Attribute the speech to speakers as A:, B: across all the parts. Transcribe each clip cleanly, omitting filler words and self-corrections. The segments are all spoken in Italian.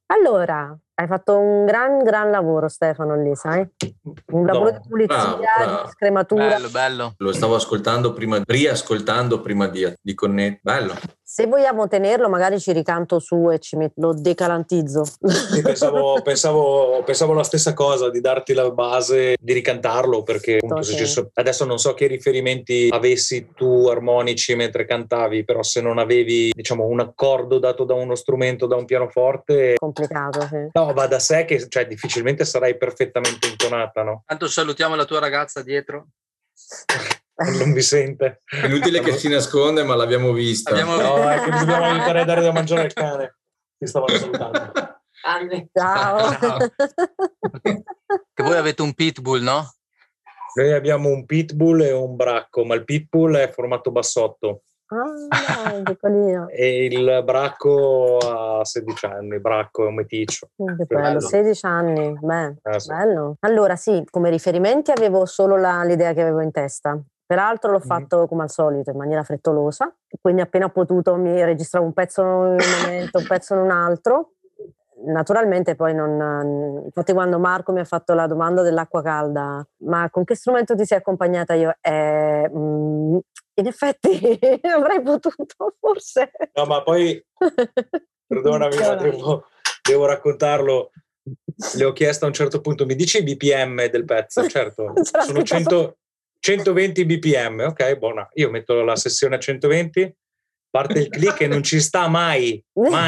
A: Allora, hai fatto un gran lavoro, Stefano, lì, sai? Un lavoro di
B: No,
A: pulizia,
B: bravo,
A: di
B: bravo.
A: scrematura.
C: Bello, bello.
B: Lo stavo ascoltando prima, riascoltando prima di connettere. Bello.
A: Se vogliamo tenerlo, magari ci ricanto su e lo decalantizzo.
D: Sì, pensavo la stessa cosa, di darti la base, di ricantarlo, perché appunto,
A: Sì.
D: adesso non so che riferimenti avessi tu armonici mentre cantavi, però se non avevi, diciamo, un accordo dato da uno strumento, da un pianoforte,
A: Complicato, sì.
D: no, va da sé che, cioè, difficilmente sarai perfettamente intonata, no?
C: Tanto salutiamo la tua ragazza dietro.
D: Non mi sente.
B: È inutile che si nasconde, ma l'abbiamo vista.
D: No, è che ci dobbiamo aiutare a dare da mangiare al cane. Ti stavo salutando.
A: Ciao.
C: Che voi avete un pitbull, no?
D: Noi abbiamo un pitbull e un bracco, ma il pitbull è formato bassotto.
A: Ah, no, piccolino.
D: E il bracco ha 16 anni, bracco è un meticcio.
A: Che bello, 16 anni, beh,
D: Sì.
A: bello. Allora sì, come riferimenti avevo solo l'idea che avevo in testa. Peraltro l'ho fatto come al solito in maniera frettolosa, quindi appena potuto mi registravo un pezzo in un momento, un pezzo in un altro. Naturalmente poi infatti quando Marco mi ha fatto la domanda dell'acqua calda, ma con che strumento ti sei accompagnata io? In effetti avrei potuto forse.
D: No, ma poi, perdonami, ma devo raccontarlo. Le ho chiesto a un certo punto, mi dici i BPM del pezzo? Certo, sono 120 BPM, ok, buona. Io metto la sessione a 120, parte il click e non ci sta mai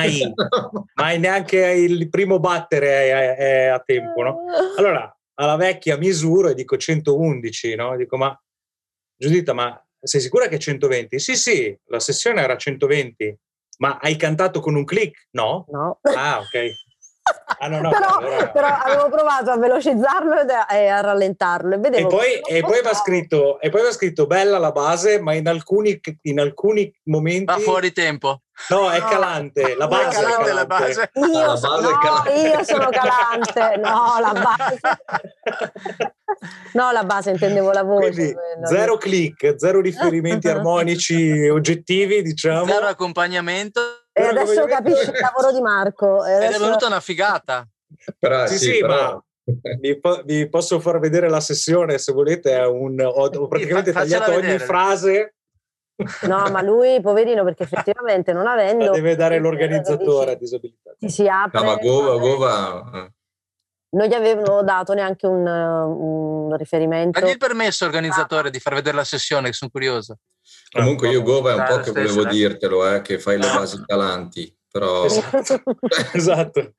D: neanche il primo battere è a tempo, no? Allora, alla vecchia misuro e dico 111, no? Dico, ma Giuditta, ma sei sicura che è 120? Sì, la sessione era 120, ma hai cantato con un click? No? Ah, ok. Ah, no,
A: però avevo provato a velocizzarlo e a rallentarlo e
D: poi va scritto bella la base, ma in alcuni momenti
C: va fuori tempo.
D: no, è calante, la base è calante.
C: La base.
A: Io sono calante. La base intendevo la voce.
D: Quindi zero click, zero riferimenti armonici oggettivi, diciamo.
C: Zero accompagnamento.
A: E adesso capisci il lavoro di Marco.
C: Ed è venuta una figata.
B: Però,
D: sì,
B: però...
D: ma vi posso far vedere la sessione se volete. Ho praticamente tagliato ogni frase.
A: No, ma lui, poverino, perché effettivamente non avendo...
D: La deve dare l'organizzatore a disabilità.
A: Si apre...
B: No, ma Gova...
A: Non gli avevano dato neanche un riferimento.
C: Dagli il permesso organizzatore di far vedere la sessione, che sono curioso.
B: Comunque io Gova è un po' che volevo dirtelo, che fai le basi calanti, però...
D: Esatto.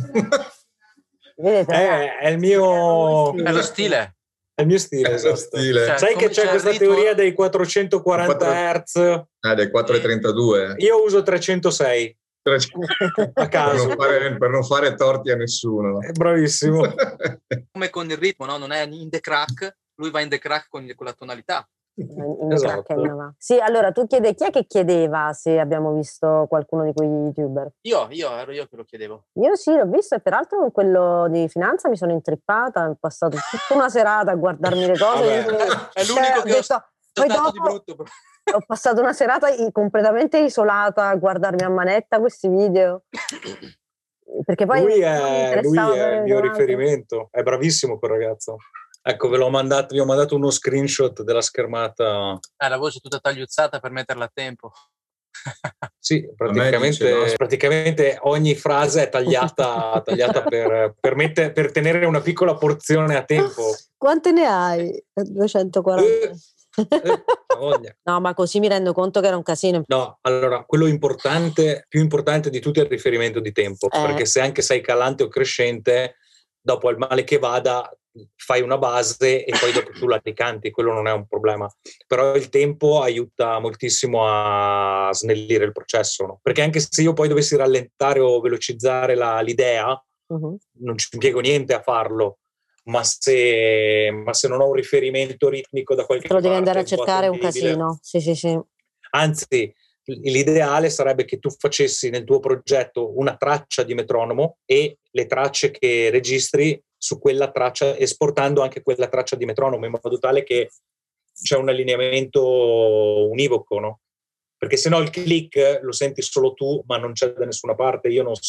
D: È il mio...
C: È lo stile.
D: È il mio stile, esatto.
B: Stile.
D: Sai che c'è questa teoria dei 440 Hz?
B: Dei 432.
D: Io uso 306. A caso.
B: Per non fare torti a nessuno.
D: Bravissimo.
C: Come con il ritmo, no? Non è in the crack, lui va in the crack con la tonalità.
A: Esatto. Sì, allora tu chi è che chiedeva se abbiamo visto qualcuno di quei youtuber?
C: Ero io che lo chiedevo.
A: Io sì, l'ho visto e peraltro con quello di finanza mi sono intrippata, ho passato tutta una serata a guardarmi le cose.
C: È l'unico che ho stato di brutto.
A: Ho passato una serata completamente isolata a guardarmi a manetta questi video. Perché poi
D: lui è il mio riferimento, è bravissimo quel ragazzo. Ecco, vi ho mandato uno screenshot della schermata.
C: La voce tutta tagliuzzata per metterla a tempo.
D: Sì, praticamente ogni frase è tagliata per tenere una piccola porzione a tempo.
A: Quante ne hai? 240. No, ma così mi rendo conto che era un casino.
D: No, allora, quello più importante di tutti è il riferimento di tempo, perché se anche sei calante o crescente, dopo al male che vada fai una base e poi dopo tu la ricanti, quello non è un problema. Però il tempo aiuta moltissimo a snellire il processo, no? Perché anche se io poi dovessi rallentare o velocizzare l'idea, non ci impiego niente a farlo. Ma se non ho un riferimento ritmico da qualche parte,
A: lo devi andare a cercare, un casino. Sì.
D: Anzi, l'ideale sarebbe che tu facessi nel tuo progetto una traccia di metronomo e le tracce che registri su quella traccia, esportando anche quella traccia di metronomo, in modo tale che c'è un allineamento univoco, no? Perché se no il click lo senti solo tu, ma non c'è da nessuna parte. Io non so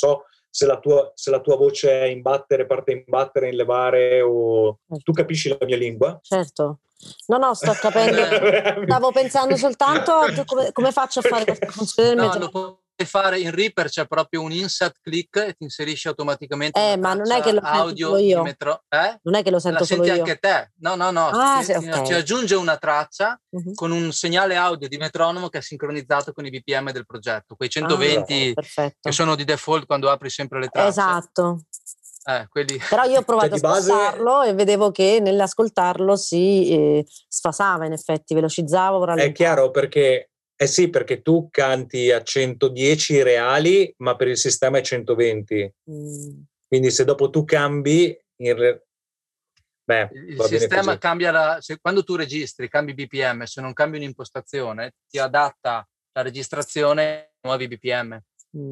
D: se la tua voce è in battere, parte in battere, in levare, o tu capisci la mia lingua?
A: Certo. No, sto capendo. Stavo pensando soltanto a come faccio a fare questa funzione del
C: lo puoi fare in Reaper, c'è proprio un insert click e ti inserisce automaticamente
A: ma non è che lo
C: audio
A: sento io.
C: Non
A: è che lo sento solo io.
C: Anche te. No. Ci aggiunge una traccia con un segnale audio di metronomo che è sincronizzato con i BPM del progetto, quei 120 che sono di default quando apri sempre le tracce.
A: Esatto.
C: Quelli...
A: Però io ho provato a ascoltarlo e vedevo che nell'ascoltarlo si sfasava, in effetti, velocizzavo.
D: È chiaro, perché perché tu canti a 110 reali, ma per il sistema è 120. Quindi se dopo tu cambi, il
C: sistema cambia quando tu registri, cambi BPM, se non cambi un'impostazione, ti adatta la registrazione ai nuovi BPM.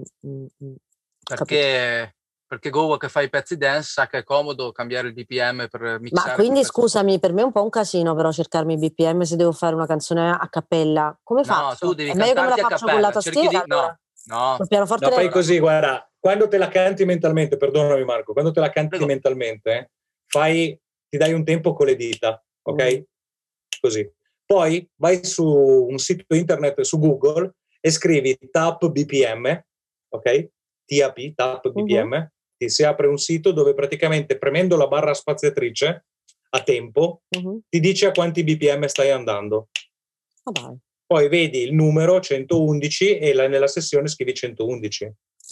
C: Perché Gowa, che fa i pezzi dance, sa che è comodo cambiare il BPM per mixare.
A: Ma quindi scusami, per me è un po' un casino però cercarmi i BPM se devo fare una canzone a cappella. Come faccio?
C: Tu devi
A: è meglio che me la faccio con la tastiera?
C: No.
D: Fai così, guarda, quando te la canti mentalmente, perdonami Marco, quando te la canti mentalmente, ti dai un tempo con le dita, ok? Così. Poi vai su un sito internet, su Google, e scrivi tap BPM, ok? tap BPM, ti si apre un sito dove praticamente premendo la barra spaziatrice a tempo ti dice a quanti BPM stai andando. Poi vedi il numero 111 e nella sessione scrivi 111.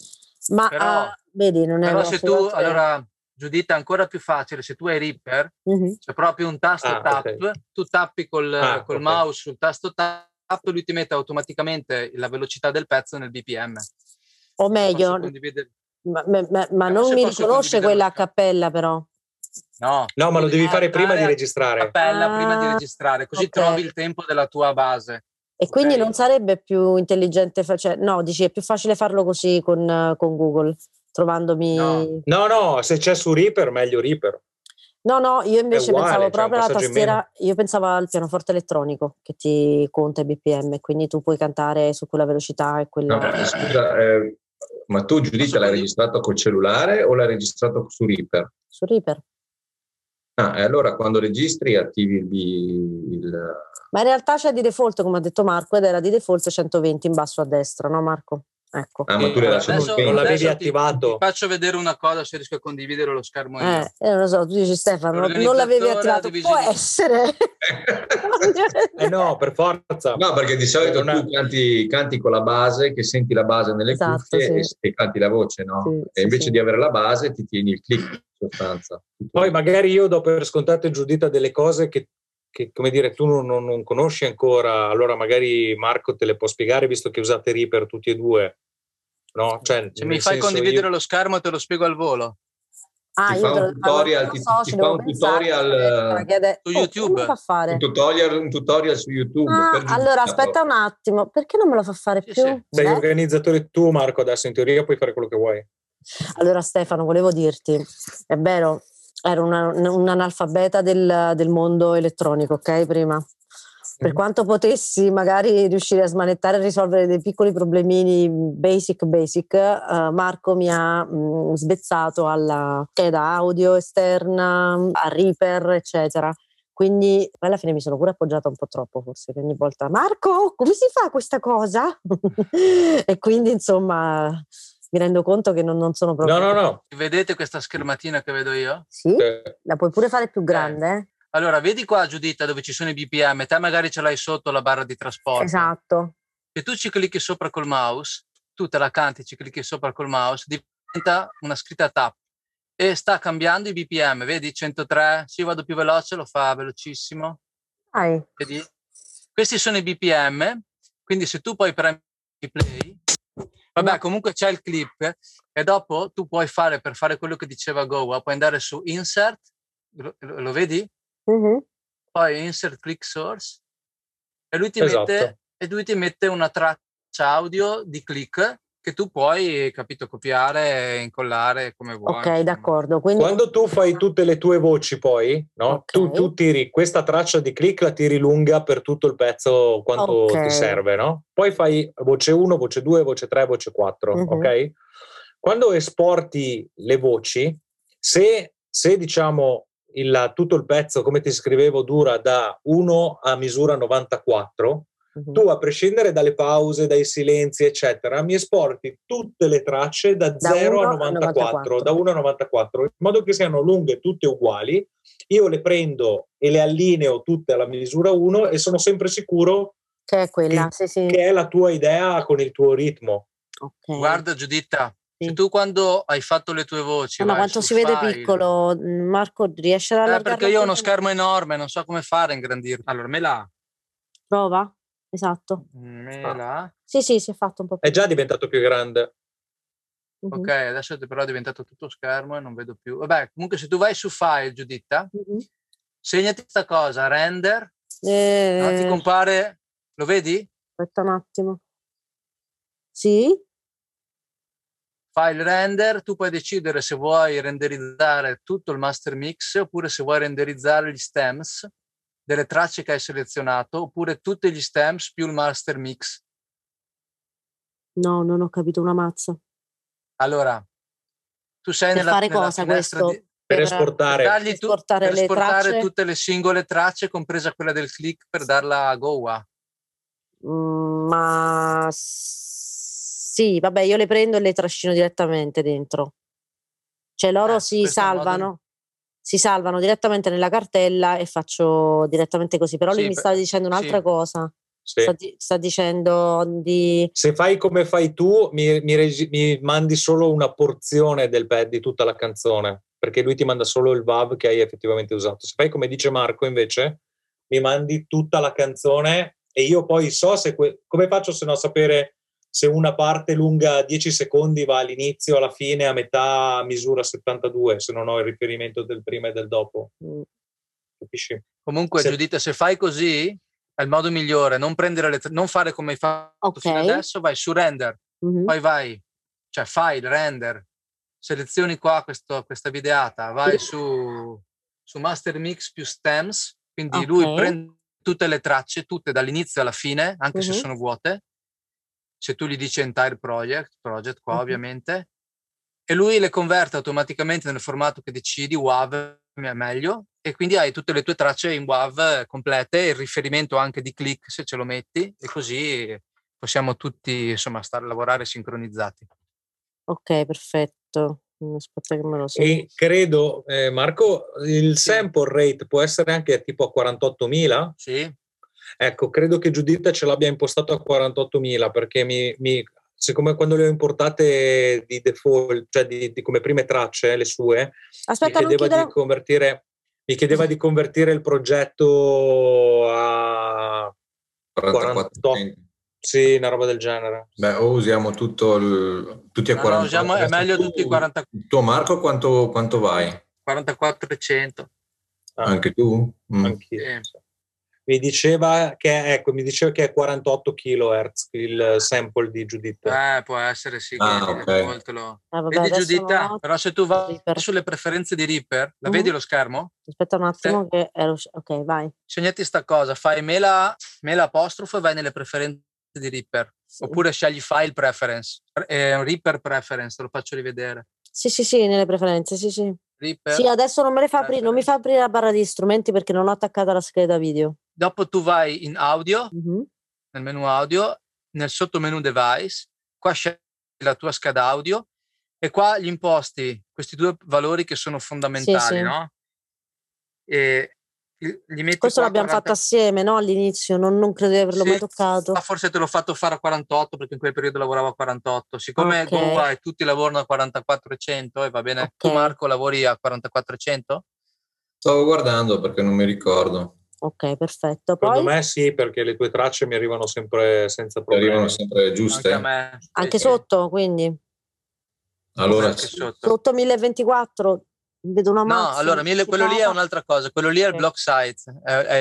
A: Ma vedi, non è
C: però se tu, allora Giuditta, è ancora più facile, se tu hai Reaper c'è proprio un tasto tap, tu tappi col mouse sul tasto tap, lui ti mette automaticamente la velocità del pezzo nel BPM.
A: O meglio, ma non mi riconosce quella a cappella però.
C: No,
D: ma lo devi fare prima di registrare.
C: Cappella prima di registrare, così trovi il tempo della tua base.
A: E quindi non sarebbe più intelligente, dici è più facile farlo così con Google, trovandomi...
D: No, se c'è su Reaper, meglio Reaper.
A: No, io invece pensavo proprio alla tastiera, io pensavo al pianoforte elettronico che ti conta i BPM, quindi tu puoi cantare su quella velocità e quella...
B: No, scusa, ma tu Giuditta l'hai registrato col cellulare o l'hai registrato su Reaper?
A: Su Reaper.
B: E allora quando registri attivi
A: Ma in realtà c'è di default, come ha detto Marco, ed era di default 120 in basso a destra, no Marco? Ecco.
B: Ma tu
D: non l'avevi attivato.
C: Ti faccio vedere una cosa, se riesco a condividere lo schermo io.
A: Non lo so, tu dici Stefano, non l'avevi attivato, può essere.
D: No, per forza.
B: No, perché di solito tu canti con la base, che senti la base nelle cuffie e canti la voce, no? E invece di avere la base ti tieni il click, in sostanza.
D: Poi magari io do per scontate, Giuditta, delle cose che come dire, tu non conosci ancora, allora magari Marco te le può spiegare, visto che usate Reaper tutti e due, no? Cioè,
C: se mi fai condividere lo schermo te lo spiego al volo.
B: Ti fa un tutorial
C: su YouTube.
B: Un tutorial su YouTube.
A: Allora aspetta un attimo, perché non me lo fa fare più?
D: Sì. Sei organizzatore tu, Marco, adesso in teoria puoi fare quello che vuoi.
A: Allora Stefano, volevo dirti, è vero, ero un analfabeta del mondo elettronico, ok? Prima. Per quanto potessi magari riuscire a smanettare e risolvere dei piccoli problemini basic, Marco mi ha svezzato alla scheda audio esterna, a Reaper, eccetera. Quindi alla fine mi sono pure appoggiata un po' troppo, forse, che ogni volta Marco, come si fa questa cosa? E quindi insomma mi rendo conto che non sono proprio...
D: No.
C: Vedete questa schermatina che vedo io?
A: Sì, la puoi pure fare più grande.
C: Allora, vedi qua, Giuditta, dove ci sono i BPM, te magari ce l'hai sotto la barra di trasporto.
A: Esatto.
C: Se tu ci clicchi sopra col mouse, tu te la canti, ci clicchi sopra col mouse, diventa una scritta tap e sta cambiando i BPM, vedi? 103, se io vado più veloce lo fa velocissimo. Vedi? Questi sono i BPM, quindi se tu poi premi play, vabbè, comunque c'è il clip e dopo tu puoi fare, per fare quello che diceva Gowa, puoi andare su Insert, lo vedi? Poi Insert Click Source e lui ti mette una traccia audio di click che tu puoi, capito, copiare e incollare come vuoi.
A: Ok, d'accordo. Quindi...
D: Quando tu fai tutte le tue voci poi, no? Tu tiri questa traccia di click, la tiri lunga per tutto il pezzo quanto ti serve, no? Poi fai voce 1, voce 2, voce 3, voce 4, ok? quando esporti le voci, se diciamo tutto il pezzo, come ti scrivevo, dura da 1 a misura 94, tu, a prescindere dalle pause, dai silenzi, eccetera, mi esporti tutte le tracce da 0 a 94, da 1 a 94, in modo che siano lunghe tutte uguali. Io le prendo e le allineo tutte alla misura 1 e sono sempre sicuro
A: che è quella,
D: che è la tua idea con il tuo ritmo.
A: Okay.
C: Guarda Giuditta, se tu quando hai fatto le tue voci
A: ma quanto si vede piccolo, Marco, riesci ad allargarlo?
C: Perché io ho uno schermo enorme, non so come fare a ingrandirlo. Allora, me la
A: prova? Esatto. Sì, si è fatto un po' più.
D: È già diventato più grande.
C: Ok, adesso però è diventato tutto schermo e non vedo più. Vabbè, comunque se tu vai su file, Giuditta, segnati questa cosa, render, no, ti compare, lo vedi?
A: Aspetta un attimo. Sì?
C: File render, tu puoi decidere se vuoi renderizzare tutto il master mix oppure se vuoi renderizzare gli stems delle tracce che hai selezionato oppure tutti gli stems più il master mix.
A: No, non ho capito una mazza.
C: Allora, tu sei
A: per fare cosa questo?
D: Per esportare,
C: per esportare tutte le singole tracce, compresa quella del click, per darla a Goa.
A: Ma sì, vabbè, io le prendo e le trascino direttamente dentro. Cioè loro si salvano direttamente nella cartella e faccio direttamente così. Però lui mi stava dicendo un'altra cosa. Sta dicendo di...
D: Se fai come fai tu, mi mandi solo una porzione del pad di tutta la canzone, perché lui ti manda solo il WAV che hai effettivamente usato. Se fai come dice Marco, invece, mi mandi tutta la canzone e io poi so se come faccio se no a sapere se una parte lunga 10 secondi va all'inizio, alla fine, a metà, misura 72, se non ho il riferimento del prima e del dopo. Capisci?
C: Comunque, Giuditta, se fai così è il modo migliore, non fare come hai fatto fino adesso, vai su render, poi file, render, selezioni qua questa videata, vai su master mix più stems, quindi lui prende tutte le tracce, tutte dall'inizio alla fine, anche se sono vuote, se tu gli dici entire project qua ovviamente, e lui le converte automaticamente nel formato che decidi, WAV è meglio, e quindi hai tutte le tue tracce in WAV complete, il riferimento anche di click se ce lo metti, e così possiamo tutti lavorare sincronizzati.
A: Ok, perfetto. Aspetta che me lo segno.
D: E credo, Marco, il sample rate può essere anche tipo a 48.000?
C: Sì.
D: Ecco, credo che Giuditta ce l'abbia impostato a 48.000 perché siccome quando le ho importate di default, cioè di come prime tracce, le sue,
A: aspetta,
D: mi chiedeva di convertire il progetto a 48. Sì, una roba del genere.
B: Beh, o usiamo tutti a 48.
C: È meglio tutti i 44.
B: Tu, Marco, quanto vai?
C: 4400.
B: Anche tu?
D: Anch'io. Sì. Mi diceva che è 48 kHz il sample di Giuditta.
C: Può essere, sì.
B: Okay.
C: Vedi Giuditta, però se tu vai sulle preferenze di Reaper, la vedi lo schermo?
A: Aspetta un attimo che ok, vai.
C: Segnati sta cosa, fai mela apostrofo e vai nelle preferenze di Reaper. Oppure scegli file preference, Reaper preference, te lo faccio rivedere.
A: Sì, nelle preferenze, sì.
C: Reaper,
A: sì, adesso non mi fa aprire la barra di strumenti perché non ho attaccata la scheda video.
C: Dopo tu vai in audio, nel menu audio, nel sottomenu device, qua scegli la tua scheda audio e qua gli imposti questi due valori che sono fondamentali, no? E gli metti
A: questo l'abbiamo fatto assieme, no? All'inizio, non credo di averlo mai toccato.
C: Forse te l'ho fatto fare a 48 perché in quel periodo lavoravo a 48. Siccome Goa e tutti lavorano a 4400 e va bene, tu Marco lavori a 4400?
B: Stavo guardando perché non mi ricordo.
A: Ok, perfetto.
D: Secondo me sì, perché le tue tracce mi arrivano sempre senza problemi.
B: Arrivano sempre giuste.
C: Anche a me.
A: Anche sotto, quindi?
B: Allora,
A: sotto 1024 vedo una mazza.
C: No, allora quello lì è un'altra cosa. Quello lì è il block size, è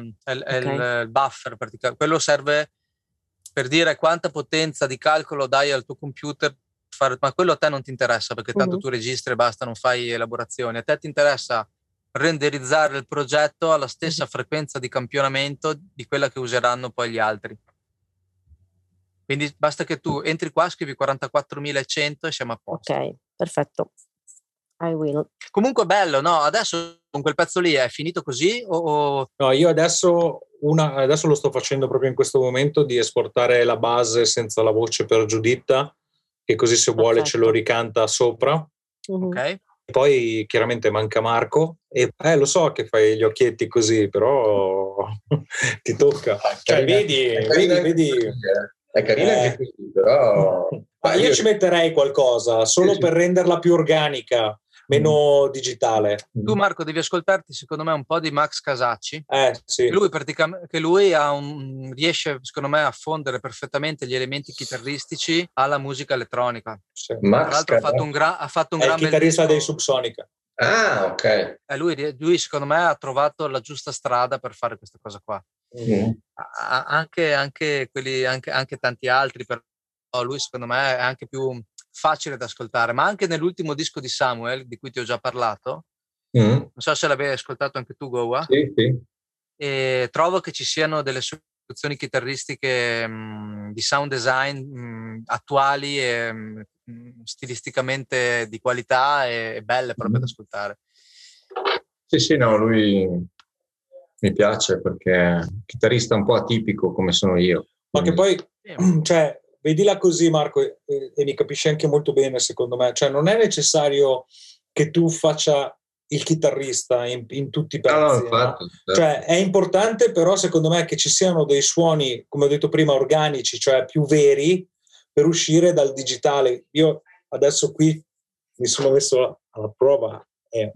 C: il buffer praticamente. Quello serve per dire quanta potenza di calcolo dai al tuo computer, ma quello a te non ti interessa perché tanto tu registri e basta, non fai elaborazioni. A te ti interessa renderizzare il progetto alla stessa frequenza di campionamento di quella che useranno poi gli altri. Quindi basta che tu entri qua, scrivi 44.100 e siamo a posto.
A: Ok, perfetto. I will.
C: Comunque bello, no? Adesso con quel pezzo lì è finito così o...
D: No, io adesso lo sto facendo proprio in questo momento, di esportare la base senza la voce per Giuditta, che così se vuole ce lo ricanta sopra.
C: Ok.
D: Poi chiaramente manca Marco e lo so che fai gli occhietti così, però ti tocca. Cioè, vedi.
B: È carina anche così, però...
D: io ci metterei qualcosa, solo per renderla più organica, meno digitale.
C: Tu Marco devi ascoltarti secondo me un po' di Max Casacci.
D: Sì.
C: Che lui riesce secondo me a fondere perfettamente gli elementi chitarristici alla musica elettronica.
D: Sì.
C: Tra l'altro ha fatto un gran bel
D: chitarrista
C: disco.
D: dei Subsonica.
B: Ah, ok.
C: Lui secondo me ha trovato la giusta strada per fare questa cosa qua. Anche tanti altri, però lui secondo me è anche più facile da ascoltare, ma anche nell'ultimo disco di Samuel, di cui ti ho già parlato, non so se l'avevi ascoltato anche tu, Goa.
B: Sì.
C: E trovo che ci siano delle soluzioni chitarristiche di sound design attuali e stilisticamente di qualità e belle proprio da ascoltare.
B: Sì, no, lui mi piace perché è un chitarrista un po' atipico come sono io.
D: Ma che poi, cioè, vedila così Marco, e mi capisci anche molto bene secondo me, cioè non è necessario che tu faccia il chitarrista in tutti i pezzi,
B: infatti, certo.
D: Cioè è importante però secondo me che ci siano dei suoni, come ho detto prima, organici, cioè più veri, per uscire dal digitale. Io adesso qui mi sono messo alla prova e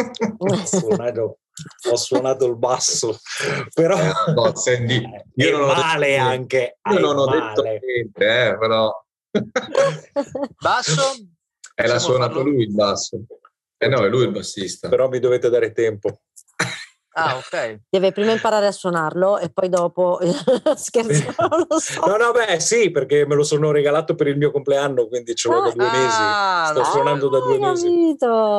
D: ho suonato il basso, però
B: io non
D: male anche.
B: Io non ho detto niente, però
C: basso
B: l'ha suonato lui il basso. No, è lui il bassista.
D: Però mi dovete dare tempo.
C: Ah, ok.
A: Deve prima imparare a suonarlo e poi dopo scherzo, non lo so.
D: No, sì, perché me lo sono regalato per il mio compleanno, quindi ce l'ho da 2 mesi. Sto suonando da 2 mesi.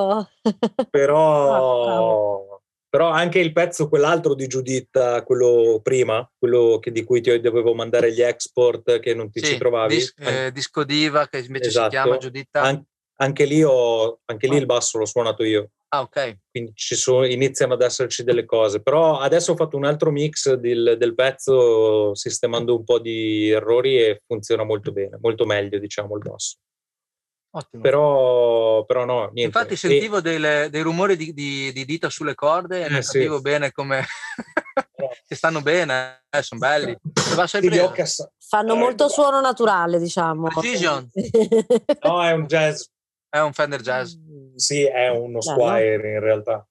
D: Però anche il pezzo, quell'altro di Giuditta, quello prima, quello di cui ti dovevo mandare gli export che non ti ci trovavi.
C: Disco Diva, che invece si chiama Giuditta.
D: Anche lì il basso l'ho suonato io.
C: Ah, ok.
D: Quindi iniziano ad esserci delle cose. Però adesso ho fatto un altro mix del pezzo, sistemando un po' di errori, e funziona molto bene, molto meglio, diciamo, il basso.
C: Ottimo.
D: Però no, niente.
C: Infatti sentivo dei rumori di dita sulle corde e non capivo bene come... che stanno bene, sono belli.
A: Fanno molto suono naturale, diciamo.
C: Precision.
D: No, è un jazz.
C: È un Fender Jazz.
D: Sì, è uno Squire in realtà.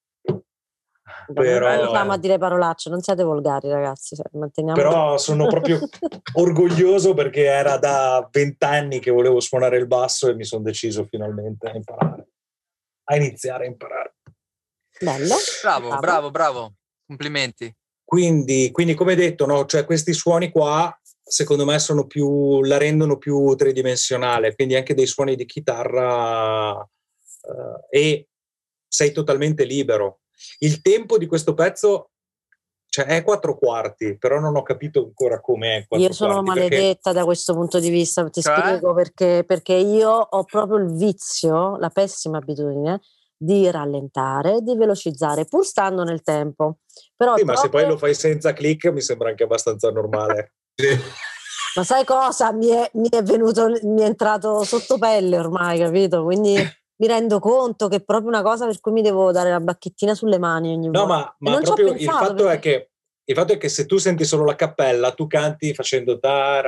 A: Però iniziamo a dire parolacce, non siate volgari ragazzi,
D: però sono proprio orgoglioso perché era da 20 anni che volevo suonare il basso e mi sono deciso finalmente a iniziare a imparare.
A: Bello.
C: Bravo, complimenti.
D: Quindi come detto, no? Cioè questi suoni qua secondo me la rendono più tridimensionale, quindi anche dei suoni di chitarra, e sei totalmente libero. Il tempo di questo pezzo, cioè, è 4/4, però non ho capito ancora com'è 4/4.
A: Io sono maledetta da questo punto di vista, ti spiego perché io ho proprio il vizio, la pessima abitudine di rallentare, di velocizzare, pur stando nel tempo. Però
D: sì, ma se poi lo fai senza click mi sembra anche abbastanza normale.
A: Ma sai cosa? Mi è entrato sotto pelle ormai, capito? Quindi mi rendo conto che è proprio una cosa per cui mi devo dare la bacchettina sulle mani ogni volta.
D: Ma proprio il fatto è che se tu senti solo la cappella, tu canti facendo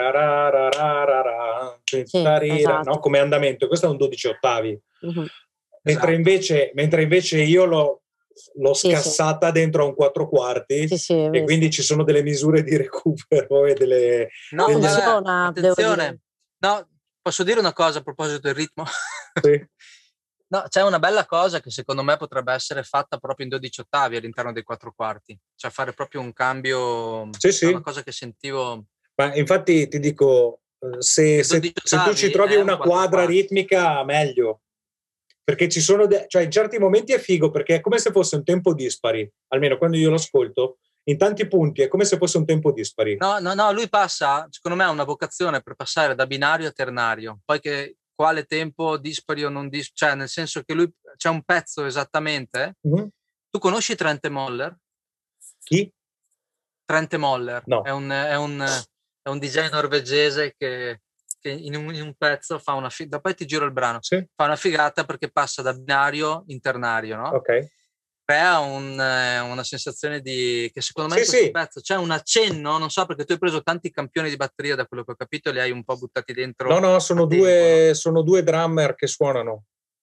D: esatto. No? Come andamento, questo è un 12 ottavi. Mentre invece io l'ho scassata dentro a un 4/4, e quindi ci sono delle misure di recupero e delle...
C: Attenzione, no, posso dire una cosa a proposito del ritmo?
D: Sì.
C: No, c'è una bella cosa che secondo me potrebbe essere fatta proprio in 12 ottavi all'interno dei 4/4, cioè fare proprio un cambio. Sì. Una cosa che sentivo.
D: Ma infatti ti dico, se tu ci trovi una quadra ritmica, meglio. Perché ci sono, cioè in certi momenti è figo, perché è come se fosse un tempo dispari, almeno quando io lo ascolto, in tanti punti, è come se fosse un tempo dispari.
C: No, lui passa, secondo me ha una vocazione per passare da binario a ternario, poi che quale tempo dispari o non dispari, cioè nel senso che lui c'è un pezzo esattamente. Tu conosci Trent Moller?
D: Chi?
C: Trent Moller,
D: no.
C: è un DJ norvegese che in un pezzo fa una figata, poi ti giro il brano,
D: sì.
C: Fa una figata perché passa da binario in ternario, no?
D: Ok.
C: Crea una sensazione che secondo me in questo pezzo c'è un accenno, non so, perché tu hai preso tanti campioni di batteria, da quello che ho capito, li hai un po' buttati dentro.
D: No, sono due drummer che suonano.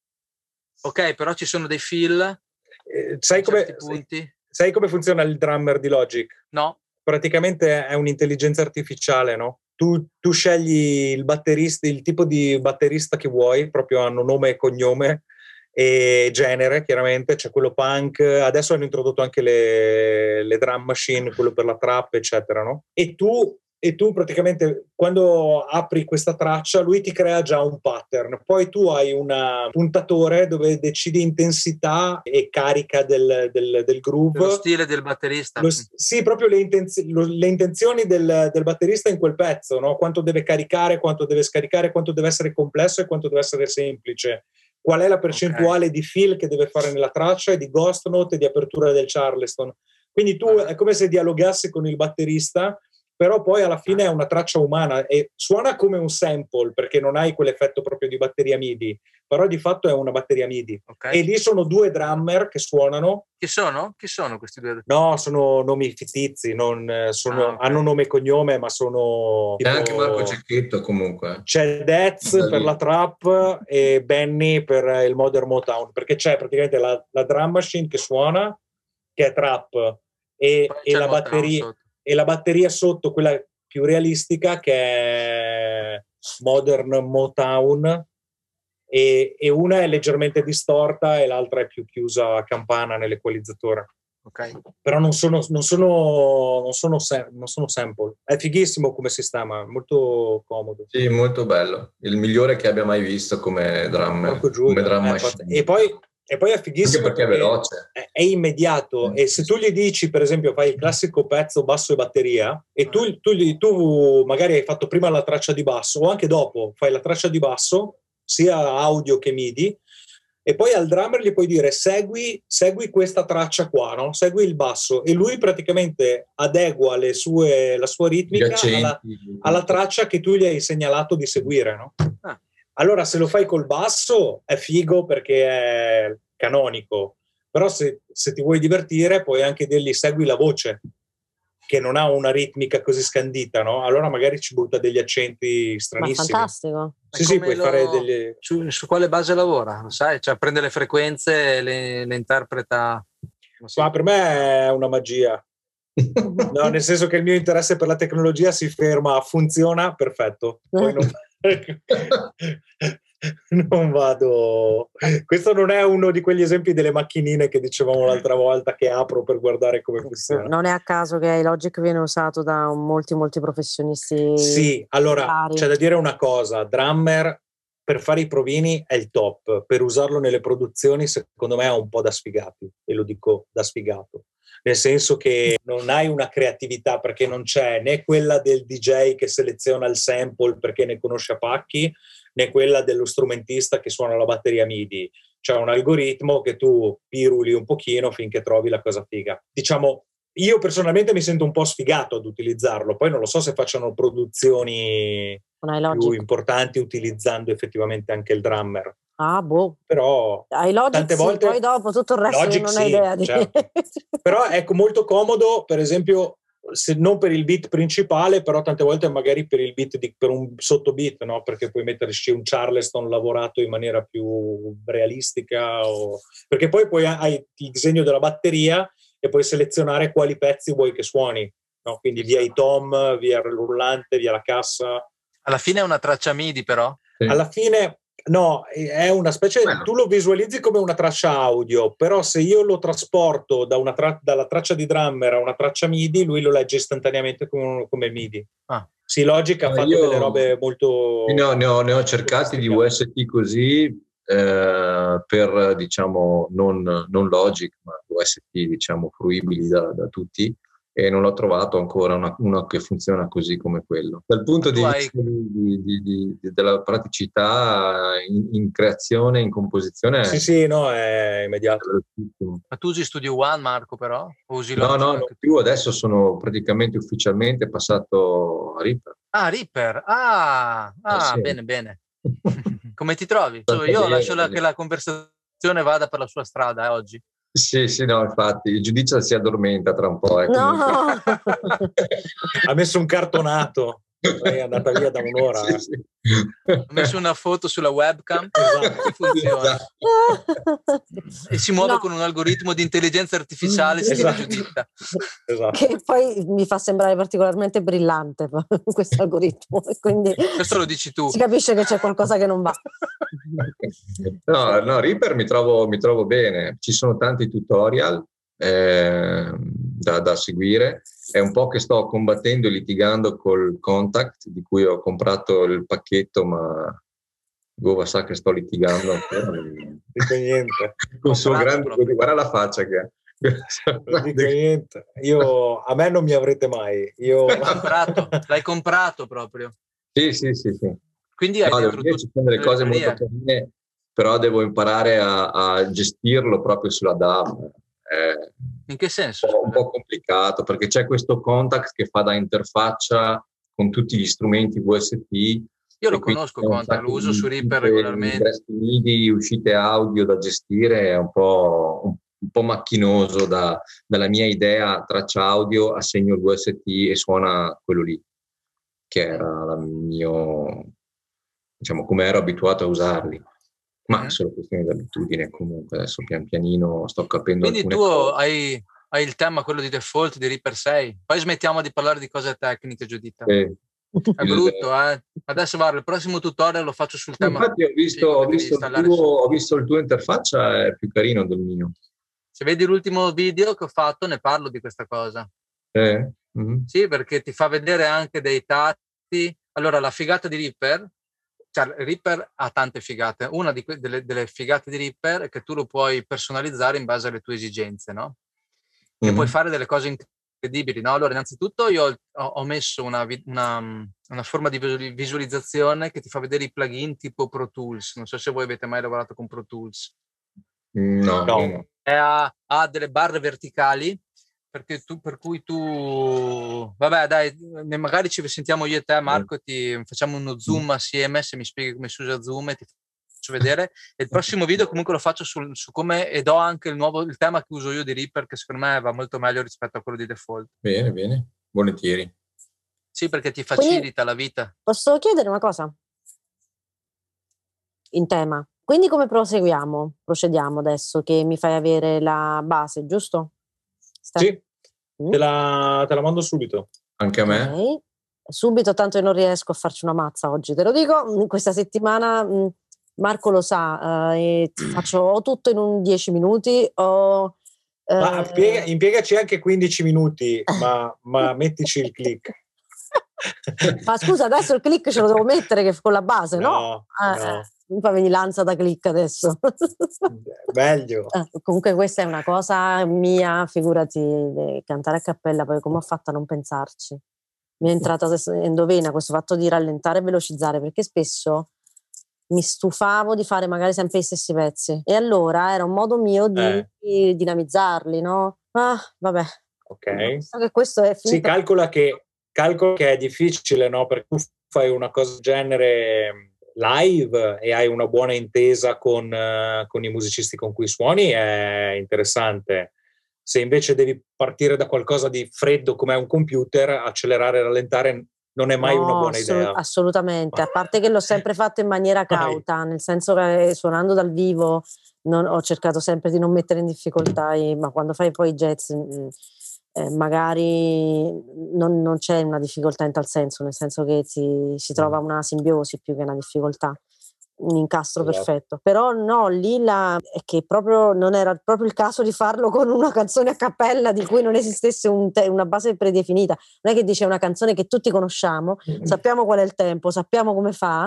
C: Ok, però ci sono dei fill.
D: Sai come funziona il drummer di Logic?
C: No.
D: Praticamente è un'intelligenza artificiale, no? Tu scegli il batterista, il tipo di batterista che vuoi, proprio hanno nome e cognome e genere, chiaramente. C'è quello punk, adesso hanno introdotto anche le drum machine, quello per la trap, eccetera, no? E tu praticamente quando apri questa traccia lui ti crea già un pattern, poi tu hai un puntatore dove decidi intensità e carica del groove,
C: lo stile del batterista,
D: sì, proprio le intenzioni del batterista in quel pezzo, no? Quanto deve caricare, quanto deve scaricare, quanto deve essere complesso e quanto deve essere semplice, qual è la percentuale di fill che deve fare nella traccia e di ghost note e di apertura del Charleston. Quindi tu è come se dialogassi con il batterista, però poi alla fine è una traccia umana e suona come un sample perché non hai quell'effetto proprio di batteria MIDI, però di fatto è una batteria MIDI. E lì sono due drummer che suonano.
C: Chi sono? Chi sono questi due?
D: No, sono nomi fittizi, hanno nome e cognome, ma sono
B: tipo, anche Marco Cecchetto comunque.
D: C'è Dez per la trap e Benny per il modern Motown, perché c'è praticamente la drum machine che suona, che è trap, e la batteria e la batteria sotto, quella più realistica, che è modern Motown, e una è leggermente distorta e l'altra è più chiusa a campana nell'equalizzatore.
C: Okay.
D: Però non sono sample. È fighissimo come sistema, molto comodo.
B: Sì, molto bello. Il migliore che abbia mai visto come drum machine.
D: E poi è fighissimo
B: perché è veloce.
D: È immediato. E se tu gli dici, per esempio, fai il classico pezzo basso e batteria, e tu magari hai fatto prima la traccia di basso, o anche dopo fai la traccia di basso, sia audio che MIDI, e poi al drummer gli puoi dire segui questa traccia qua, no? Segui il basso, e lui praticamente adegua la sua ritmica alla traccia che tu gli hai segnalato di seguire, no? Allora se lo fai col basso è figo perché è canonico, però se ti vuoi divertire puoi anche dirgli segui la voce, che non ha una ritmica così scandita, no? Allora magari ci butta degli accenti stranissimi.
A: Ma fantastico.
D: Sì, puoi fare delle...
C: Su quale base lavora? Lo sai? Cioè prende le frequenze e le interpreta?
D: Ma per me è una magia. No, nel senso che il mio interesse per la tecnologia si ferma, funziona, perfetto. Poi non vado. Questo non è uno di quegli esempi delle macchinine che dicevamo l'altra volta che apro per guardare come funziona.
A: Non è a caso che iLogic viene usato da molti professionisti.
D: Sì, allora c'è da dire una cosa: drummer per fare i provini è il top, per usarlo nelle produzioni secondo me è un po' da sfigati, e lo dico da sfigato, nel senso che non hai una creatività, perché non c'è né quella del DJ che seleziona il sample perché ne conosce a pacchi, né quella dello strumentista che suona la batteria MIDI. C'è un algoritmo che tu piruli un pochino finché trovi la cosa figa. Diciamo, io personalmente mi sento un po' sfigato ad utilizzarlo, poi non lo so se facciano produzioni più importanti utilizzando effettivamente anche il drummer. Però
A: iLogic
D: tante volte
A: poi dopo tutto il resto
D: Logic
A: non hai idea di...
D: certo. Però è molto comodo, per esempio, se non per il beat principale, però tante volte magari per il beat per un sottobeat, no? Perché puoi metterci un Charleston lavorato in maniera più realistica, perché poi hai il disegno della batteria e puoi selezionare quali pezzi vuoi che suoni, no? Quindi via i tom, via il rullante, via la cassa.
C: Alla fine è una traccia MIDI, però?
B: Sì.
D: Alla fine no, è una specie, tu lo visualizzi come una traccia audio, però se io lo trasporto dalla traccia di drummer a una traccia MIDI, lui lo legge istantaneamente come MIDI. Sì, Logic ha fatto delle robe molto...
B: Ne ho cercati di UST così, per, diciamo, non Logic, ma UST, diciamo, fruibili da tutti. e non ho trovato ancora una che funziona così come quello. Dal punto di vista della praticità in creazione, in composizione...
D: Sì, no, è immediato.
C: Ma tu usi Studio One, Marco, però? O usi
B: No, non più, adesso sono praticamente ufficialmente passato a Reaper.
C: Ah, Reaper, sì. Bene. Come ti trovi? Io lascio che la conversazione vada per la sua strada oggi.
B: Sì, no, infatti, il giudizio si addormenta tra un po'.
A: No!
D: Ha messo un cartonato, lei è andata via da un'ora.
C: Sì. Ho messo una foto sulla webcam, esatto. Funziona. Esatto. E si muove con un algoritmo di intelligenza artificiale,
D: esatto.
A: Esatto. Che poi mi fa sembrare particolarmente brillante questo algoritmo. Quindi
C: questo lo dici tu.
A: Si capisce che c'è qualcosa che non va.
B: No, Reaper mi trovo bene. Ci sono tanti tutorial da seguire. È un po' che sto combattendo e litigando col Contact, di cui ho comprato il pacchetto, ma Gova sa che sto litigando ancora.
D: Non dico niente.
B: Con suo grande, guarda la faccia che ha.
D: Non dico niente. A me non mi avrete mai.
C: L'hai comprato proprio.
B: Sì.
C: Quindi hai
B: ci sono delle cose molto carine, però devo imparare a gestirlo proprio sulla DAW.
C: In che senso?
B: Un po' complicato, perché c'è questo Contact che fa da interfaccia con tutti gli strumenti VST.
C: Io lo conosco Contact, lo uso su Reaper regolarmente.
B: MIDI, uscite audio da gestire, è un po' macchinoso dalla mia idea, traccia audio, assegno il VST e suona quello lì, che era il mio, diciamo, come ero abituato a usarli. Ma è solo questione di abitudine, comunque adesso pian pianino sto capendo.
C: Quindi tu hai il tema, quello di default di Reaper 6, poi smettiamo di parlare di cose tecniche, Giuditta. È brutto, adesso guarda, il prossimo tutorial lo faccio sul tema.
B: Infatti ho visto il tuo interfaccia, è più carino del mio.
C: Se vedi l'ultimo video che ho fatto ne parlo di questa cosa. Sì, perché ti fa vedere anche dei tatti. Allora, la figata di Reaper, cioè Reaper ha tante figate. Una delle figate di Reaper è che tu lo puoi personalizzare in base alle tue esigenze, no? E puoi fare delle cose incredibili, no? Allora, innanzitutto io ho messo una forma di visualizzazione che ti fa vedere i plugin tipo Pro Tools. Non so se voi avete mai lavorato con Pro Tools.
B: No.
C: Ha delle barre verticali per cui tu vabbè dai, magari ci sentiamo io e te, Marco, ti facciamo uno zoom assieme, se mi spieghi come si usa zoom e ti faccio vedere. E il prossimo video comunque lo faccio su come, ed ho anche il tema che uso io di Reaper, che secondo me va molto meglio rispetto a quello di default.
B: Bene, volentieri.
C: Sì, perché ti facilita la vita.
A: Posso chiedere una cosa? In tema. Quindi come procediamo adesso che mi fai avere la base, giusto?
D: Sì, te la mando subito.
B: Anche a me.
A: Okay. Subito, tanto io non riesco a farci una mazza oggi, te lo dico. Questa settimana Marco lo sa, faccio tutto in 10 minuti.
D: Ma impiegaci anche 15 minuti, ma mettici il click.
A: Ma scusa, adesso il click ce lo devo mettere che con la base, no? Mi fa venire l'ansia da click adesso.
D: Meglio.
A: Comunque questa è una cosa mia, figurati, cantare a cappella, poi come ho fatto a non pensarci? Mi è entrata endovena questo fatto di rallentare e velocizzare, perché spesso mi stufavo di fare magari sempre gli stessi pezzi e allora era un modo mio di dinamizzarli, no? Vabbè.
D: Ok.
A: So che questo è finito.
D: Sì, calcola che è difficile, no? Perché tu fai una cosa del genere live e hai una buona intesa con i musicisti con cui suoni, è interessante. Se invece devi partire da qualcosa di freddo come un computer, accelerare e rallentare non è mai una buona idea.
A: Assolutamente, a parte che l'ho sempre fatto in maniera cauta, nel senso che suonando dal vivo ho cercato sempre di non mettere in difficoltà, ma quando fai poi jazz magari non c'è una difficoltà in tal senso, nel senso che si trova una simbiosi più che una difficoltà, un incastro perfetto. Però no, lì è che proprio non era proprio il caso di farlo con una canzone a cappella di cui non esistesse una base predefinita. Non è che dice una canzone che tutti conosciamo, sappiamo qual è il tempo, sappiamo come fa,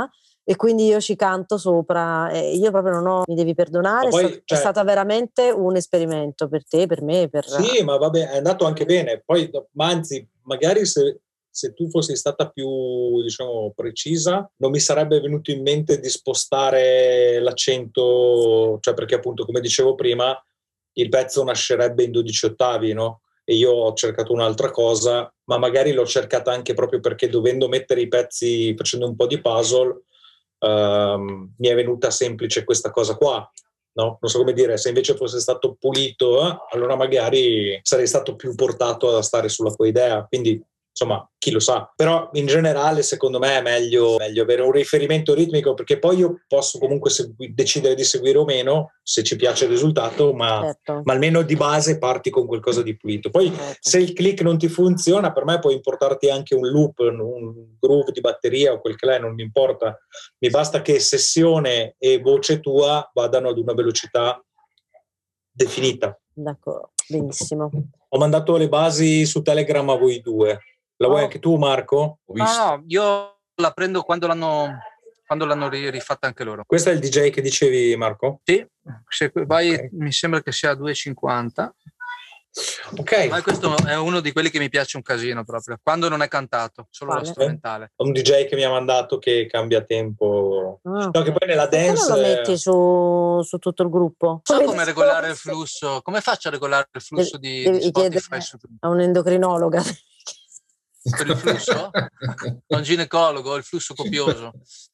A: e quindi io ci canto sopra, e io proprio non ho, mi devi perdonare,
D: poi,
A: è stata veramente un esperimento per te, per me,
D: Sì, ma vabbè, è andato anche bene. Poi, ma anzi, magari se tu fossi stata più, diciamo, precisa, non mi sarebbe venuto in mente di spostare l'accento, cioè perché appunto, come dicevo prima, il pezzo nascerebbe in 12 ottavi, no? E io ho cercato un'altra cosa, ma magari l'ho cercata anche proprio perché dovendo mettere i pezzi, facendo un po' di puzzle, mi è venuta semplice questa cosa qua. No? Non so come dire, se invece fosse stato pulito, allora magari sarei stato più portato a stare sulla tua idea. Quindi, insomma, chi lo sa. Però in generale, secondo me, è meglio avere un riferimento ritmico, perché poi io posso comunque decidere di seguire o meno, se ci piace il risultato, ma almeno di base parti con qualcosa di pulito. Poi se il click non ti funziona, per me puoi importarti anche un loop, un groove di batteria o quel che è, non mi importa. Mi basta che sessione e voce tua vadano ad una velocità definita.
A: D'accordo, benissimo.
D: Ho mandato le basi su Telegram a voi due. La vuoi anche tu, Marco?
C: No, io la prendo quando l'hanno rifatta anche loro.
D: Questo è il DJ che dicevi, Marco?
C: Sì, se vai, okay. Mi sembra che sia a 2,50.
D: Ok.
C: Ma questo è uno di quelli che mi piace un casino proprio, quando non è cantato, solo la strumentale.
D: Un DJ che mi ha mandato che cambia tempo. No, che poi nella dance...
A: Perché non lo metti su tutto il gruppo?
C: So come regolare il flusso, come faccio a regolare il flusso di Spotify?
A: A un endocrinologa.
C: Per il flusso? A un ginecologo, il flusso copioso.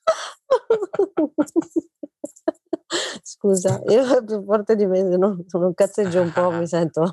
A: Scusa, io più forte di me, sono un cazzeggio un po', mi sento...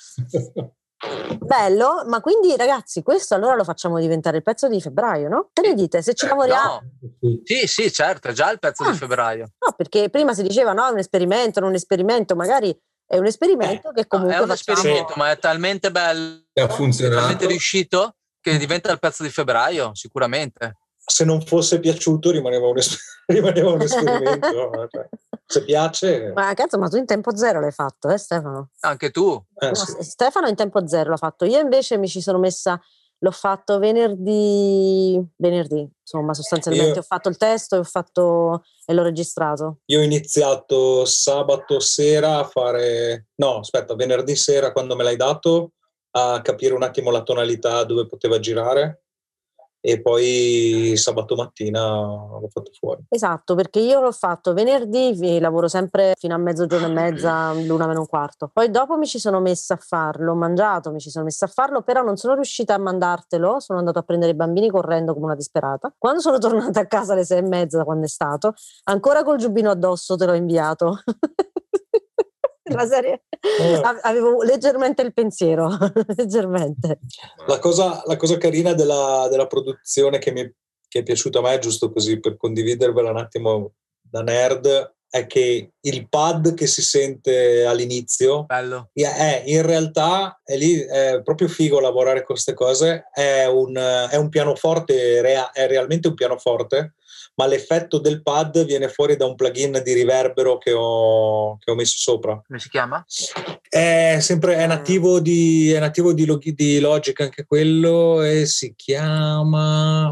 A: Bello, ma quindi ragazzi, questo allora lo facciamo diventare il pezzo di febbraio, no? Che ne dite? Se ci lavoriamo...
C: No. Sì, certo, è già il pezzo di febbraio.
A: No, perché prima si diceva no, è un esperimento, non un esperimento, magari è un esperimento che comunque
C: è un esperimento, ma è talmente bello,
B: ha funzionato,
C: talmente riuscito che diventa il pezzo di febbraio, sicuramente.
D: Se non fosse piaciuto rimaneva un esperimento. Cioè, se piace...
A: Ma cazzo, ma tu in tempo zero l'hai fatto, Stefano?
C: Anche tu?
D: Sì.
A: Stefano in tempo zero l'ha fatto. Io invece mi ci sono messa, l'ho fatto venerdì, insomma, sostanzialmente ho fatto il testo e l'ho registrato.
D: Io ho iniziato sabato sera a fare... No, aspetta, venerdì sera quando me l'hai dato, a capire un attimo la tonalità dove poteva girare. E poi sabato mattina l'ho fatto fuori.
A: Esatto, perché io l'ho fatto venerdì, lavoro sempre fino a mezzogiorno e mezza, l'una meno un quarto. Poi dopo mi ci sono messa a farlo, ho mangiato, mi ci sono messa a farlo, però non sono riuscita a mandartelo, sono andata a prendere i bambini correndo come una disperata. Quando sono tornata a casa alle 6:30, da quando è stato, ancora col giubbino addosso te l'ho inviato. La serie avevo leggermente il pensiero leggermente.
D: La cosa carina della produzione che è piaciuta a me, giusto così per condividervela un attimo da nerd, è che il pad che si sente all'inizio
C: bello.
D: In realtà è lì, è proprio figo lavorare con queste cose, è un pianoforte, è realmente un pianoforte, ma l'effetto del pad viene fuori da un plugin di riverbero che ho messo sopra.
C: Come si chiama?
D: È nativo di Logic anche quello, e si chiama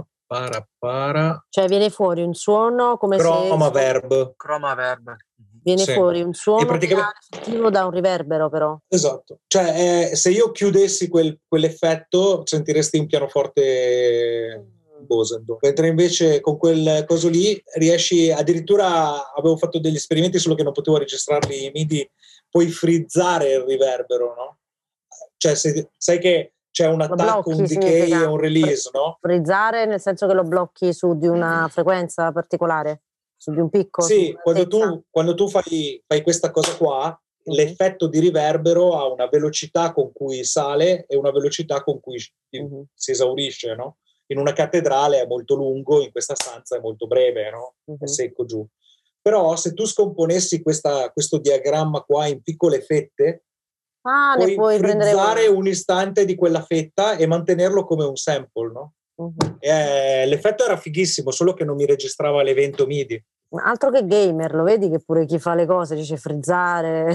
A: cioè viene fuori un suono come
D: Chroma Verb.
A: Viene fuori un suono effettivo da un riverbero, però.
D: Esatto, cioè se io chiudessi quell'effetto sentiresti un pianoforte Bosendorf, mentre invece con quel coso lì riesci, addirittura avevo fatto degli esperimenti solo che non potevo registrarli in MIDI, puoi frizzare il riverbero, no? Cioè sai che c'è un attacco, un decay e un release, no?
A: Frizzare nel senso che lo blocchi su di una frequenza particolare, su di un picco?
D: Sì, quando tu fai questa cosa qua, l'effetto di riverbero ha una velocità con cui sale e una velocità con cui si esaurisce, no? In una cattedrale è molto lungo, in questa stanza è molto breve, no? È secco giù. Però se tu scomponessi questo diagramma qua in piccole fette, puoi frizzare un istante di quella fetta e mantenerlo come un sample, no? L'effetto era fighissimo, solo che non mi registrava l'evento MIDI.
A: Altro che gamer, lo vedi che pure chi fa le cose dice frizzare.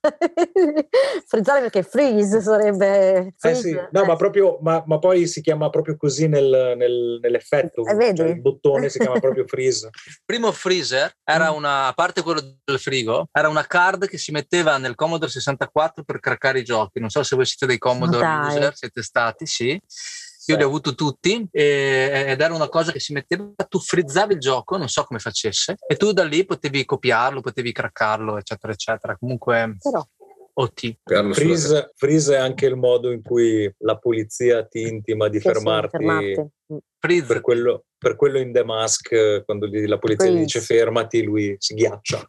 A: Frizzare perché freeze sarebbe freeze.
D: Sì. No, ma proprio ma poi si chiama proprio così nell'effetto,
A: vedi?
D: cioè il bottone si chiama proprio freeze.
C: Il primo freezer era a parte quello del frigo, era una card che si metteva nel Commodore 64 per craccare i giochi. Non so se voi siete dei Commodore user, siete stati, sì. Io li ho avuti tutti ed era una cosa che si metteva, tu frizzavi il gioco, non so come facesse, e tu da lì potevi copiarlo, potevi craccarlo, eccetera, eccetera. Comunque,
A: però
C: OT.
D: Freeze è anche il modo in cui la polizia ti intima di fermarti. Per quello in The Mask, quando la polizia gli dice fermati, lui si ghiaccia.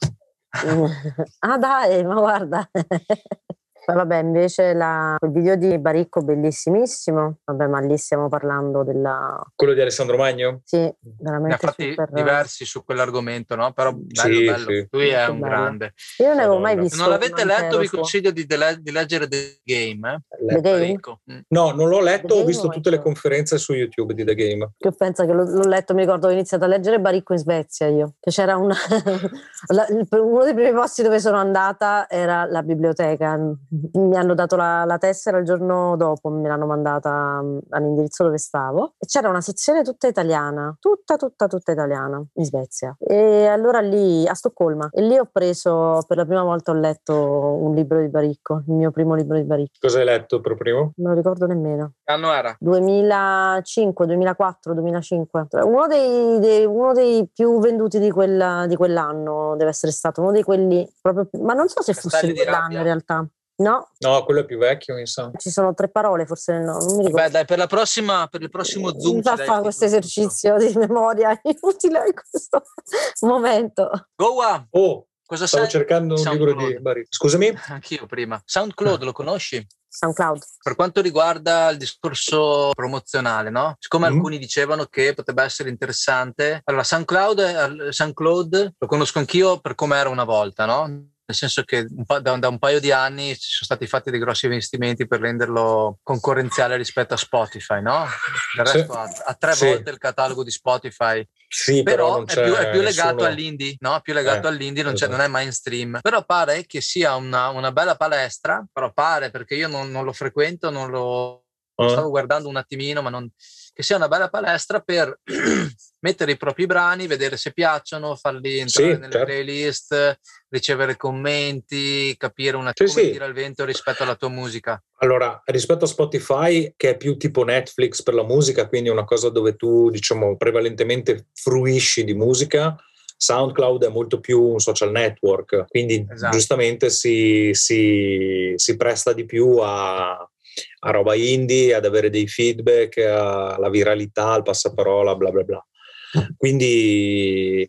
A: Ah dai, ma guarda. Poi vabbè, invece quel video di Baricco bellissimissimo. Vabbè, ma lì stiamo parlando
D: quello di Alessandro Magno?
A: Sì, veramente.
C: Ne ha fatti diversi su quell'argomento, no? Però bello. Sì. Lui è un grande.
A: Io non avevo mai visto.
C: Se non l'avete letto, vi consiglio di leggere The Game.
A: The Game?
D: No, non l'ho letto, ho visto tutte le conferenze su YouTube di The Game.
A: Io penso che l'ho letto, mi ricordo, ho iniziato a leggere Baricco in Svezia io. Che c'era uno dei primi posti dove sono andata era la biblioteca. Mi hanno dato la tessera il giorno dopo, me l'hanno mandata all'indirizzo dove stavo, e c'era una sezione tutta italiana, tutta italiana in Svezia, e allora lì a Stoccolma, e lì ho preso per la prima volta, ho letto un libro di Baricco, il mio primo libro di Baricco.
D: Cosa hai letto per primo?
A: Non lo ricordo nemmeno.
C: Che anno era?
A: 2005, 2004, 2005. Uno dei più venduti di quell'anno deve essere stato uno di quelli proprio ma non so se fosse di quell'anno in realtà. No,
D: quello è più vecchio, mi sa.
A: Ci sono 3 parole, forse no, non mi ricordo.
C: Beh, dai, per il prossimo Zoom
A: mi fa fare questo esercizio di memoria inutile in questo momento.
C: Goa!
D: Cosa stavo cercando un libro di Baricco. Scusami?
C: Anch'io prima. SoundCloud lo conosci?
A: SoundCloud.
C: Per quanto riguarda il discorso promozionale, no? Siccome alcuni dicevano che potrebbe essere interessante. Allora, SoundCloud lo conosco anch'io per come era una volta, no? Nel senso che da un paio di anni ci sono stati fatti dei grossi investimenti per renderlo concorrenziale rispetto a Spotify, no? Del resto ha 3 volte il catalogo di Spotify.
D: Sì,
C: però
D: non
C: è più legato all'indie, no? Più legato all'indie, non è mainstream. Però pare che sia una bella palestra, però pare, perché io non lo frequento, lo stavo guardando un attimino, ma che sia una bella palestra per mettere i propri brani, vedere se piacciono, farli entrare nelle playlist, ricevere commenti, capire come tira il vento rispetto alla tua musica.
D: Allora, rispetto a Spotify, che è più tipo Netflix per la musica, quindi è una cosa dove tu, diciamo, prevalentemente fruisci di musica, SoundCloud è molto più un social network, quindi giustamente si presta di più a roba indie, ad avere dei feedback, alla viralità, al passaparola, bla bla bla. Quindi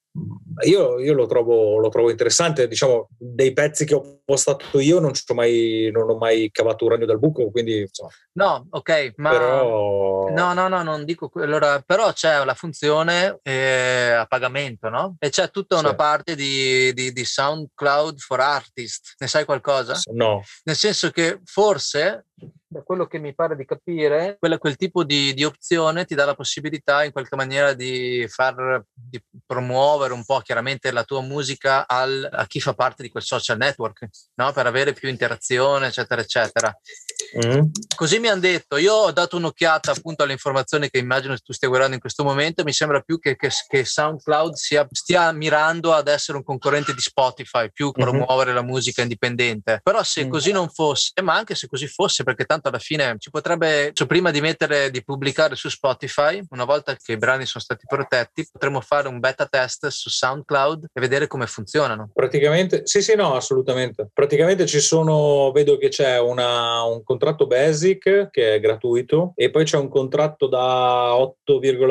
D: io lo trovo interessante, diciamo, dei pezzi che ho postato io non ho mai cavato un ragno dal buco, quindi insomma.
C: No, ok, ma però no, non dico allora, però c'è la funzione a pagamento, no? E c'è tutta una parte di SoundCloud for Artist. Ne sai qualcosa?
D: No.
C: Nel senso che forse, da quello che mi pare di capire, quel tipo di opzione ti dà la possibilità in qualche maniera di promuovere un po' chiaramente la tua musica a chi fa parte di quel social network, no? Per avere più interazione, eccetera, eccetera. Così mi hanno detto. Io ho dato un'occhiata appunto alle informazioni che immagino tu stia guardando in questo momento. Mi sembra più che SoundCloud stia mirando ad essere un concorrente di Spotify, più promuovere la musica indipendente. Però se così non fosse, ma anche se così fosse, perché tanto alla fine ci potrebbe, cioè prima di pubblicare su Spotify, una volta che i brani sono stati protetti, potremmo fare un beta test su SoundCloud e vedere come funzionano.
D: Praticamente, no, assolutamente. Praticamente vedo che c'è un contratto basic che è gratuito e poi c'è un contratto da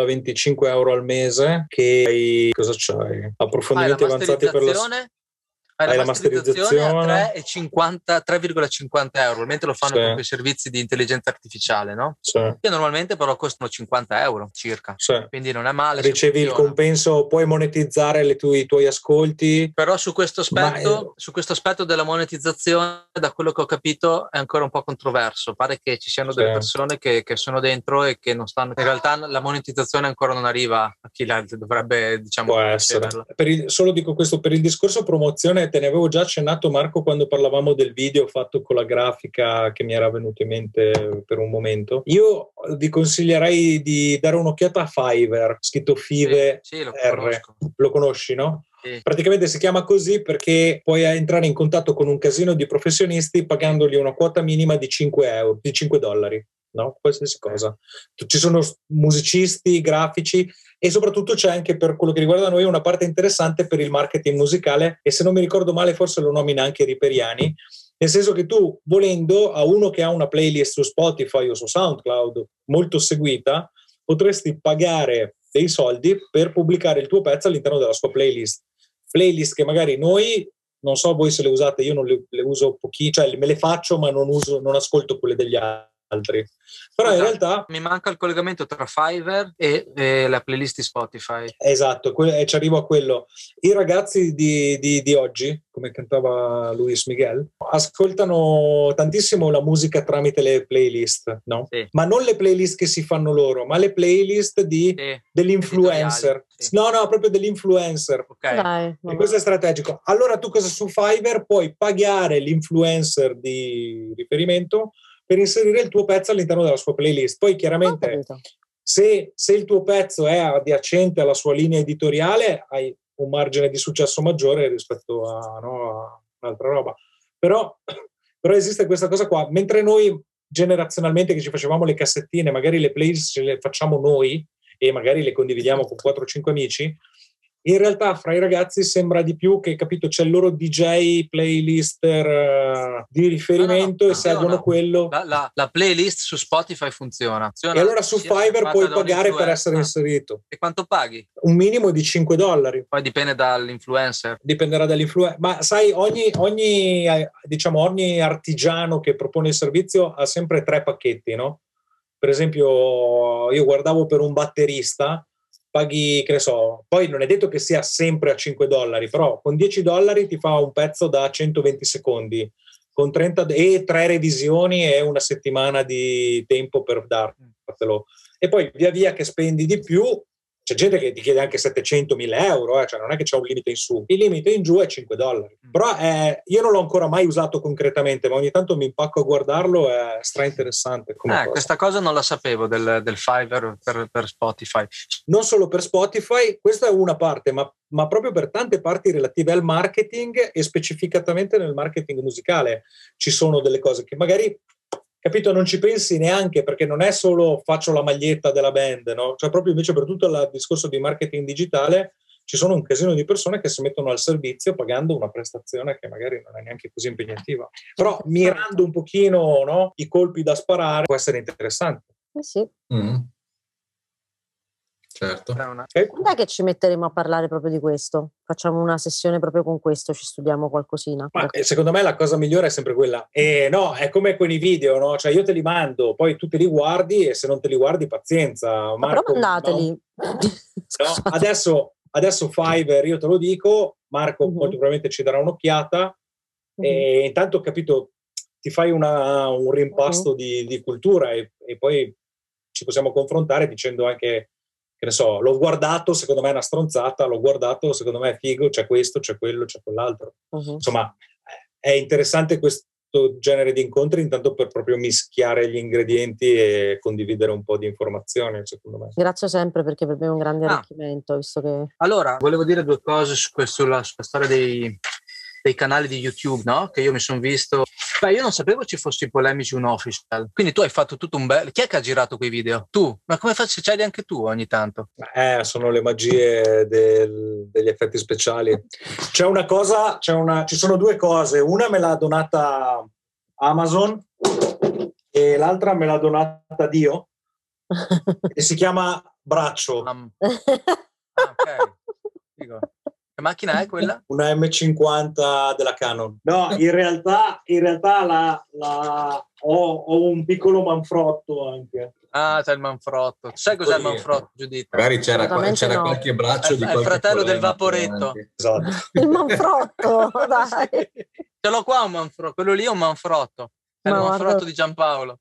D: 8,25 euro al mese che hai, cosa c'hai? Approfondimenti avanzati per la hai la masterizzazione
C: a 3,50 euro, mentre lo fanno con quei servizi di intelligenza artificiale, no? Che normalmente però costano 50 euro circa, quindi non è male.
D: Ricevi il compenso, puoi monetizzare i tuoi ascolti.
C: Però su questo aspetto della monetizzazione, da quello che ho capito, è ancora un po' controverso. Pare che ci siano delle persone che sono dentro e che non stanno. In realtà la monetizzazione ancora non arriva a chi dovrebbe, diciamo,
D: può essere. Solo dico questo, per il discorso promozione te ne avevo già accennato, Marco, quando parlavamo del video fatto con la grafica che mi era venuto in mente per un momento. Io vi consiglierei di dare un'occhiata a Fiverr, scritto Five R. Lo conosci, no? Sì. Praticamente si chiama così perché puoi entrare in contatto con un casino di professionisti pagandogli una quota minima di $5, no? Qualsiasi cosa. Ci sono musicisti, grafici, e soprattutto c'è anche, per quello che riguarda noi, una parte interessante per il marketing musicale, e se non mi ricordo male forse lo nomina anche Riperiani, nel senso che tu, volendo, a uno che ha una playlist su Spotify o su SoundCloud molto seguita, potresti pagare dei soldi per pubblicare il tuo pezzo all'interno della sua playlist che magari noi, non so voi se le usate, io non le uso pochino, cioè me le faccio ma non ascolto quelle degli altri. Però in realtà
C: mi manca il collegamento tra Fiverr e la playlist di Spotify.
D: Esatto, ci arrivo a quello. I ragazzi di oggi, come cantava Luis Miguel, ascoltano tantissimo la musica tramite le playlist, no? Sì. Ma non le playlist che si fanno loro, ma le playlist dell'influencer. Sì. No, proprio dell'influencer.
C: Okay.
D: E questo è strategico. Allora tu su Fiverr puoi pagare l'influencer di riferimento per inserire il tuo pezzo all'interno della sua playlist. Poi chiaramente se il tuo pezzo è adiacente alla sua linea editoriale hai un margine di successo maggiore rispetto a un'altra roba. Però esiste questa cosa qua. Mentre noi generazionalmente che ci facevamo le cassettine, magari le playlist ce le facciamo noi e magari le condividiamo con 4-5 amici, in realtà fra i ragazzi sembra di più che, capito, c'è il loro DJ playlister di riferimento e seguono quello.
C: La playlist su Spotify funziona.
D: E allora su Fiverr puoi pagare per essere inserito.
C: E quanto paghi?
D: Un minimo di $5.
C: Poi dipende dall'influencer.
D: Dipenderà dall'influencer. Ma sai, ogni artigiano che propone il servizio ha sempre 3 pacchetti, no? Per esempio, io guardavo per un batterista, paghi, che ne so, poi non è detto che sia sempre a $5, però con $10 ti fa un pezzo da 120 secondi, con 30 e 3 revisioni e una settimana di tempo per dartelo. E poi via via che spendi di più, c'è gente che ti chiede anche 700.000 euro, cioè non è che c'è un limite in su. Il limite in giù è $5. Però io non l'ho ancora mai usato concretamente, ma ogni tanto mi impacco a guardarlo, è stra-interessante.
C: Questa cosa non la sapevo del Fiverr per Spotify.
D: Non solo per Spotify, questa è una parte, ma proprio per tante parti relative al marketing e specificatamente nel marketing musicale. Ci sono delle cose che magari, capito, non ci pensi neanche, perché non è solo faccio la maglietta della band, no? Cioè proprio invece per tutto il discorso di marketing digitale ci sono un casino di persone che si mettono al servizio pagando una prestazione che magari non è neanche così impegnativa. Però mirando un pochino, no, i colpi da sparare può essere interessante.
A: Sì.
B: Certo.
A: Quando è che ci metteremo a parlare proprio di questo? Facciamo una sessione proprio con questo, ci studiamo qualcosina.
D: Ma secondo me la cosa migliore è sempre quella. No, è come con i video, no? Cioè io te li mando, poi tu te li guardi e se non te li guardi pazienza.
A: Ma però mandateli.
D: No? Adesso Fiverr, io te lo dico, Marco molto probabilmente ci darà un'occhiata e intanto, capito, ti fai un rimpasto di cultura e poi ci possiamo confrontare dicendo anche, che ne so, l'ho guardato, secondo me è una stronzata, l'ho guardato, secondo me è figo, c'è questo, c'è quello, c'è quell'altro. Insomma, è interessante questo genere di incontri, intanto per proprio mischiare gli ingredienti e condividere un po' di informazioni, secondo me.
A: Grazie sempre, perché per me è un grande arricchimento, visto che...
C: Allora, volevo dire 2 cose sulla storia dei canali di YouTube, no? Che io mi sono visto... io non sapevo ci fossero i polemici un'official. Quindi tu hai fatto tutto un bel... Chi è che ha girato quei video? Tu? Ma come fai? C'hai anche tu ogni tanto?
D: Sono le magie degli effetti speciali. Ci sono 2 cose. Una me l'ha donata Amazon e l'altra me l'ha donata Dio e si chiama Braccio.
C: Ok. Figo. Che macchina è quella?
D: Una M50 della Canon. No, in realtà ho un piccolo manfrotto anche.
C: Ah, c'è il manfrotto. Sai cos'è il manfrotto, Giuditta?
B: Magari c'era
A: no.
B: qualche braccio
C: È il fratello del Vaporetto.
D: Esatto.
A: Il manfrotto, dai.
C: Ce l'ho qua un manfrotto, quello lì è un manfrotto. È il manfrotto di Giampaolo.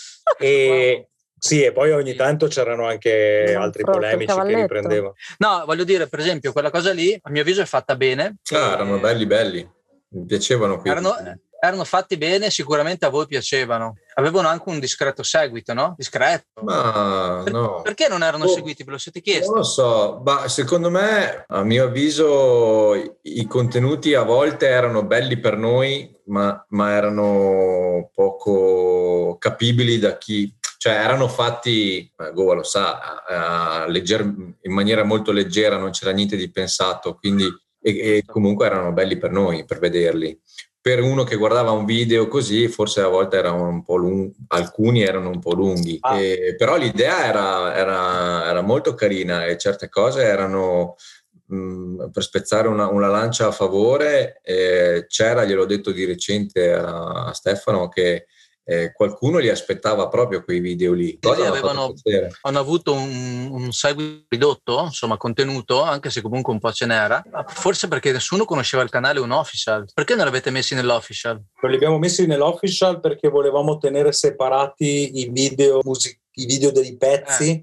D: E sì, e poi ogni tanto c'erano anche altri polemici che riprendevano.
C: No, voglio dire, per esempio, quella cosa lì, a mio avviso, è fatta bene.
B: Erano belli. Mi piacevano qui.
C: Erano fatti bene, sicuramente a voi piacevano. Avevano anche un discreto seguito, no? Discreto.
B: Ma no.
C: Perché non erano seguiti? Ve lo siete chiesti?
B: Non lo so, ma secondo me, a mio avviso, i contenuti a volte erano belli per noi, ma erano poco capibili da chi... Cioè erano fatti, Gova lo sa, in maniera molto leggera, non c'era niente di pensato, quindi e comunque erano belli per noi, per vederli. Per uno che guardava un video così, forse a volte erano un po' lunghi, alcuni erano un po' lunghi, però l'idea era molto carina e certe cose erano per spezzare una lancia a favore. C'era, gliel'ho detto di recente a Stefano, che qualcuno li aspettava proprio quei video lì.
C: Hanno avuto un seguito ridotto, insomma contenuto, anche se comunque un po' ce n'era, forse perché nessuno conosceva il canale unofficial. Perché non l'avete messi nell'official?
D: Non li abbiamo messi nell'official perché volevamo tenere separati i video dei pezzi,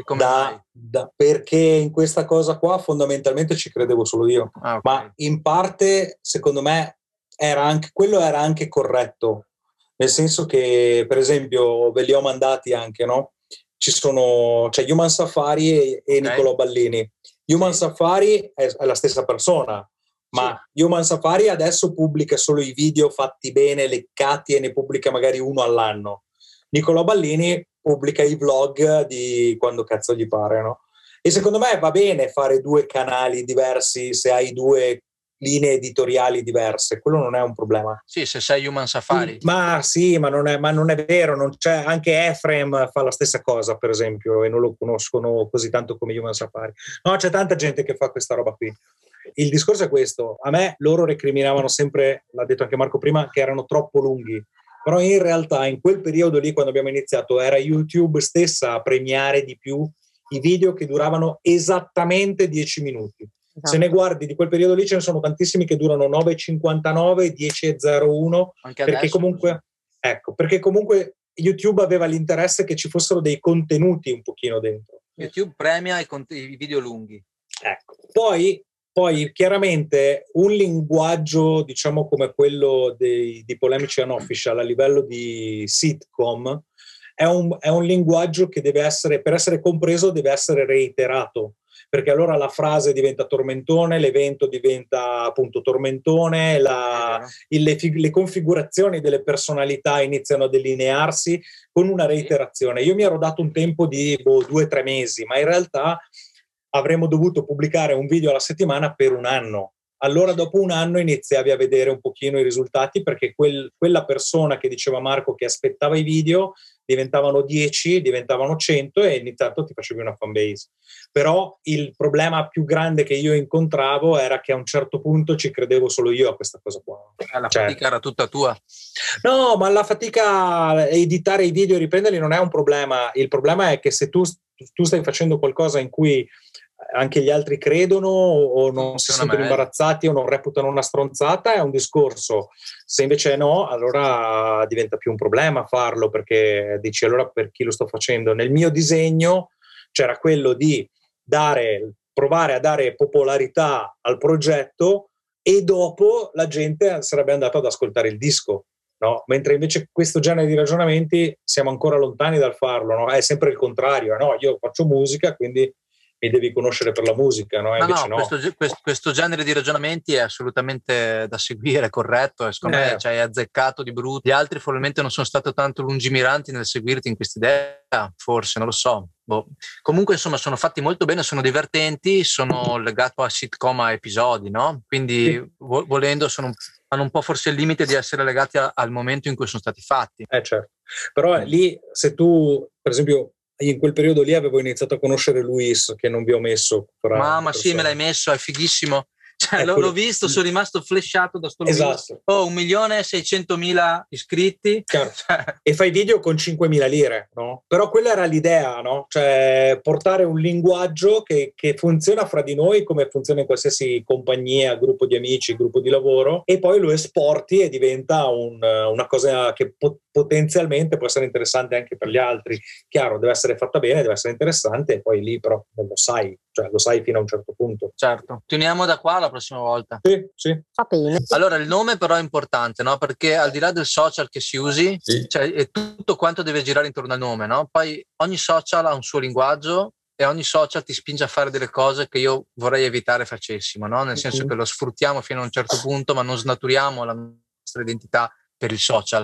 D: perché in questa cosa qua fondamentalmente ci credevo solo io. Okay. Ma in parte secondo me quello era anche corretto. Nel senso che, per esempio, ve li ho mandati anche, no? C'è Human Safari e Nicolò Ballini. Human Safari è la stessa persona, ma Human Safari adesso pubblica solo i video fatti bene, leccati, e ne pubblica magari uno all'anno. Nicolò Ballini pubblica i vlog di quando cazzo gli pare, no? E secondo me va bene fare due canali diversi se hai due linee editoriali diverse, quello non è un problema.
C: Sì, se sei Human Safari.
D: Ma non è vero, non c'è, anche Ephraim fa la stessa cosa, per esempio, e non lo conoscono così tanto come Human Safari. No, c'è tanta gente che fa questa roba qui. Il discorso è questo: a me loro recriminavano sempre, l'ha detto anche Marco prima, che erano troppo lunghi, però in realtà in quel periodo lì, quando abbiamo iniziato, era YouTube stessa a premiare di più i video che duravano esattamente 10 minuti. Se ne guardi di quel periodo lì ce ne sono tantissimi che durano 9,59, 10,01, perché comunque YouTube aveva l'interesse che ci fossero dei contenuti un pochino dentro.
C: YouTube premia i video lunghi.
D: Ecco. Poi chiaramente un linguaggio, diciamo, come quello di Polemici Unofficial a livello di sitcom è un linguaggio che deve essere, per essere compreso, deve essere reiterato. Perché allora la frase diventa tormentone, l'evento diventa appunto tormentone, le configurazioni delle personalità iniziano a delinearsi con una reiterazione. Io mi ero dato un tempo di 2 o 3 mesi, ma in realtà avremmo dovuto pubblicare un video alla settimana per un anno. Allora dopo un anno iniziavi a vedere un pochino i risultati, perché quella persona che diceva Marco che aspettava i video diventavano 10, diventavano 100 e ogni tanto ti facevi una fanbase. Però il problema più grande che io incontravo era che a un certo punto ci credevo solo io a questa cosa qua.
C: La fatica era tutta tua.
D: No, ma la fatica a editare i video e riprenderli non è un problema. Il problema è che se tu stai facendo qualcosa in cui anche gli altri credono o non si sentono imbarazzati o non reputano una stronzata, è un discorso. Se invece no, allora diventa più un problema farlo, perché dici allora per chi lo sto facendo? Nel mio disegno c'era quello di provare a dare popolarità al progetto e dopo la gente sarebbe andata ad ascoltare il disco, no? Mentre invece questo genere di ragionamenti siamo ancora lontani dal farlo, no? È sempre il contrario, no? Io faccio musica, quindi mi devi conoscere per la musica, no? Invece no.
C: Questo genere di ragionamenti è assolutamente da seguire, corretto, e secondo me hai azzeccato di brutto. Gli altri probabilmente non sono stati tanto lungimiranti nel seguirti in questa idea, forse, non lo so. Comunque insomma sono fatti molto bene, sono divertenti, sono legato a sitcom, a episodi, no? Quindi volendo hanno un po' forse il limite di essere legati al momento in cui sono stati fatti.
D: Certo. Però lì, se tu, per esempio, in quel periodo lì avevo iniziato a conoscere Luis, che non vi ho messo.
C: Ma sì, me l'hai messo, è fighissimo. Cioè, l'ho visto, sono rimasto flashato da sto video.
D: Esatto.
C: 1.600.000 iscritti.
D: E fai video con 5.000 lire, no? Però quella era l'idea, no? Cioè portare un linguaggio che funziona fra di noi come funziona in qualsiasi compagnia, gruppo di amici, gruppo di lavoro, e poi lo esporti e diventa una cosa che potenzialmente può essere interessante anche per gli altri. Chiaro, deve essere fatta bene, deve essere interessante, e poi lì però non lo sai, cioè lo sai fino a un certo punto.
C: Certo, ti uniamo da qua la prossima volta.
D: Sì.
A: Va bene.
C: Allora, il nome però è importante, no? Perché al di là del social che si usi, cioè, è tutto quanto deve girare intorno al nome, no? Poi ogni social ha un suo linguaggio e ogni social ti spinge a fare delle cose che io vorrei evitare facessimo, no? Nel senso che lo sfruttiamo fino a un certo punto, ma non snaturiamo la nostra identità per il social.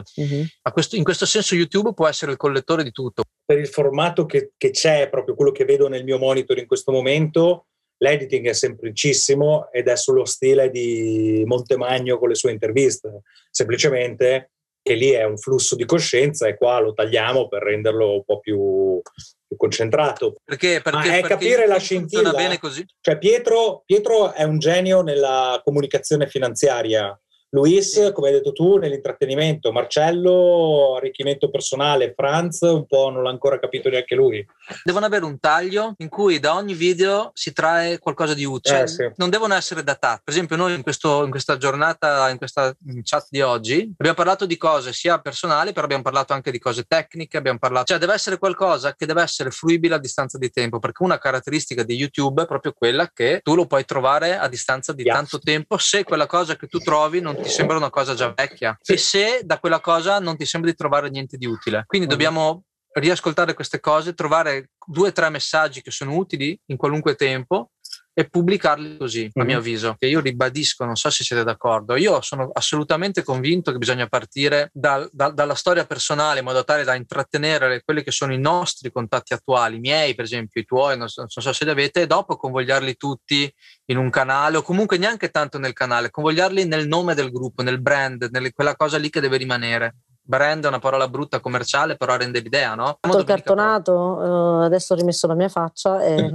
C: In questo senso YouTube può essere il collettore di tutto.
D: Per il formato che c'è, proprio quello che vedo nel mio monitor in questo momento, l'editing è semplicissimo ed è sullo stile di Montemagno con le sue interviste, semplicemente che lì è un flusso di coscienza e qua lo tagliamo per renderlo un po' più concentrato.
C: Perché
D: è capire la scintilla.
C: Bene così.
D: Cioè Pietro è un genio nella comunicazione finanziaria. Luis, come hai detto tu, nell'intrattenimento. Marcello, arricchimento personale. Franz, un po' non l'ha ancora capito neanche lui.
C: Devono avere un taglio in cui da ogni video si trae qualcosa di utile.
D: Sì.
C: Non devono essere datati. Per esempio noi in questa giornata, in questa chat di oggi, abbiamo parlato di cose sia personali, però abbiamo parlato anche di cose tecniche, cioè deve essere qualcosa che deve essere fruibile a distanza di tempo, perché una caratteristica di YouTube è proprio quella che tu lo puoi trovare a distanza di tanto tempo se quella cosa che tu trovi non ti sembra una cosa già vecchia e se da quella cosa non ti sembra di trovare niente di utile. Quindi dobbiamo riascoltare queste cose, trovare 2 o 3 messaggi che sono utili in qualunque tempo e pubblicarli così, a mio avviso. Che io ribadisco, non so se siete d'accordo, io sono assolutamente convinto che bisogna partire dalla storia personale in modo tale da intrattenere quelli che sono i nostri contatti attuali, i miei per esempio, i tuoi, non so se li avete, e dopo convogliarli tutti in un canale o comunque neanche tanto nel canale, convogliarli nel nome del gruppo, nel brand, quella cosa lì che deve rimanere. Brand è una parola brutta commerciale, però rende l'idea, no?
A: Ho il cartonato, adesso ho rimesso la mia faccia e...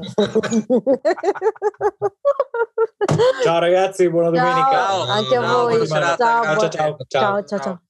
D: Ciao ragazzi, buona domenica.
A: Ciao, anche a voi.
C: Ciao.
A: Ciao.